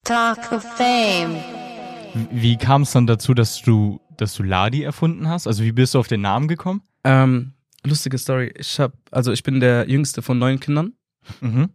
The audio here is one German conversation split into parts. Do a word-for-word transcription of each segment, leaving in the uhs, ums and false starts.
Talk of Fame. Wie kam es dann dazu, dass du, dass du Ladi erfunden hast? Also wie bist du auf den Namen gekommen? Ähm, lustige Story. Ich hab, also ich bin der jüngste von neun Kindern. Mhm.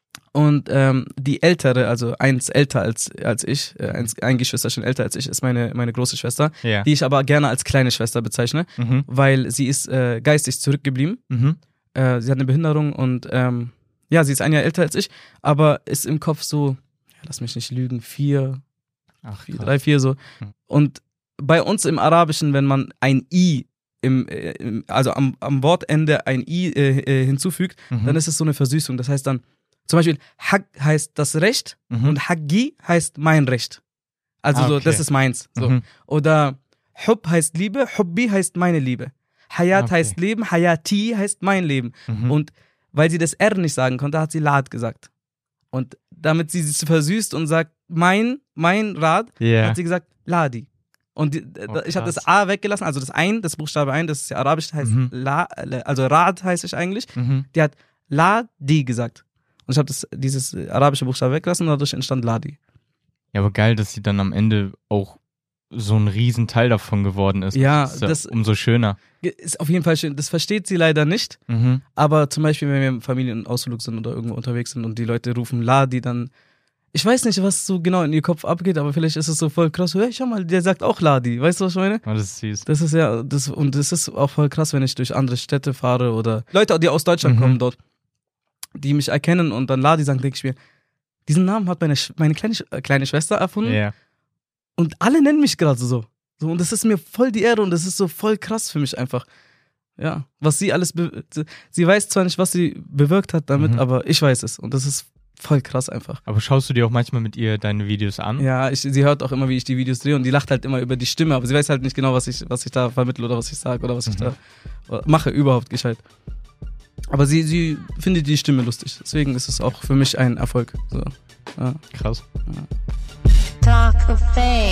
Und ähm, die ältere, also eins älter als, als ich, äh, eins, ein Geschwisterchen älter als ich, ist meine, meine große Schwester, Ja. die ich aber gerne als kleine Schwester bezeichne, Mhm. weil sie ist äh, geistig zurückgeblieben. Mhm. Äh, sie hat eine Behinderung und ähm, ja, sie ist ein Jahr älter als ich, aber ist im Kopf so, ja, lass mich nicht lügen, vier, Ach, vier krass. drei, vier so. Hm. Und bei uns im Arabischen, wenn man ein I, im, äh, im, also am, am Wortende ein I äh, äh, hinzufügt, Mhm. dann ist es so eine Versüßung. Das heißt dann, zum Beispiel, Haq heißt das Recht Mhm. und Haqi heißt mein Recht. Also Ah, so, okay. das ist meins. So. Mhm. Oder Hub heißt Liebe, Hubbi heißt meine Liebe. Hayat Okay. heißt Leben, Hayati heißt mein Leben. Mhm. Und weil sie das R nicht sagen konnte, hat sie Lad gesagt. Und damit sie es versüßt und sagt, mein, mein Rad, Ja. hat sie gesagt, Ladi. Und die, Oh, ich habe das krass. A weggelassen, also das Ein, das Buchstabe Ein, das ist ja arabisch, heißt Mhm. La, also Rad heißt ich eigentlich. Mhm. Die hat Ladi gesagt. Und ich habe das dieses arabische Buchstabe weggelassen und dadurch entstand Ladi. Ja, aber geil, dass sie dann am Ende auch so ein Riesenteil davon geworden ist. Ja, das ist ja das- umso schöner. Ist auf jeden Fall schön. Das versteht sie leider nicht. Mhm. Aber zum Beispiel, wenn wir im Familienausflug sind oder irgendwo unterwegs sind und die Leute rufen Ladi, dann, ich weiß nicht, was so genau in ihr Kopf abgeht, aber vielleicht ist es so voll krass. Hey, schau mal, der sagt auch Ladi. Weißt du, was ich meine? Oh, das ist süß. Das ist ja, das, und das ist auch voll krass, wenn ich durch andere Städte fahre oder Leute, die aus Deutschland Mhm. kommen dort, die mich erkennen und dann Ladi sagen, denke ich mir, diesen Namen hat meine, Sch- meine kleine, Sch- äh, kleine Schwester erfunden Ja. und alle nennen mich gerade so. so. Und das ist mir voll die Ehre und das ist so voll krass für mich einfach. Ja, was sie alles, be- sie weiß zwar nicht, was sie bewirkt hat damit, Mhm. aber ich weiß es und das ist voll krass einfach. Aber schaust du dir auch manchmal mit ihr deine Videos an? Ja, ich, sie hört auch immer, wie ich die Videos drehe und die lacht halt immer über die Stimme, aber sie weiß halt nicht genau, was ich, was ich da vermittle oder was ich sage oder was ich Mhm. da mache, überhaupt gescheit. Aber sie, sie findet die Stimme lustig, deswegen ist es auch für mich ein Erfolg. So. Ja. Krass. Talk of Fame.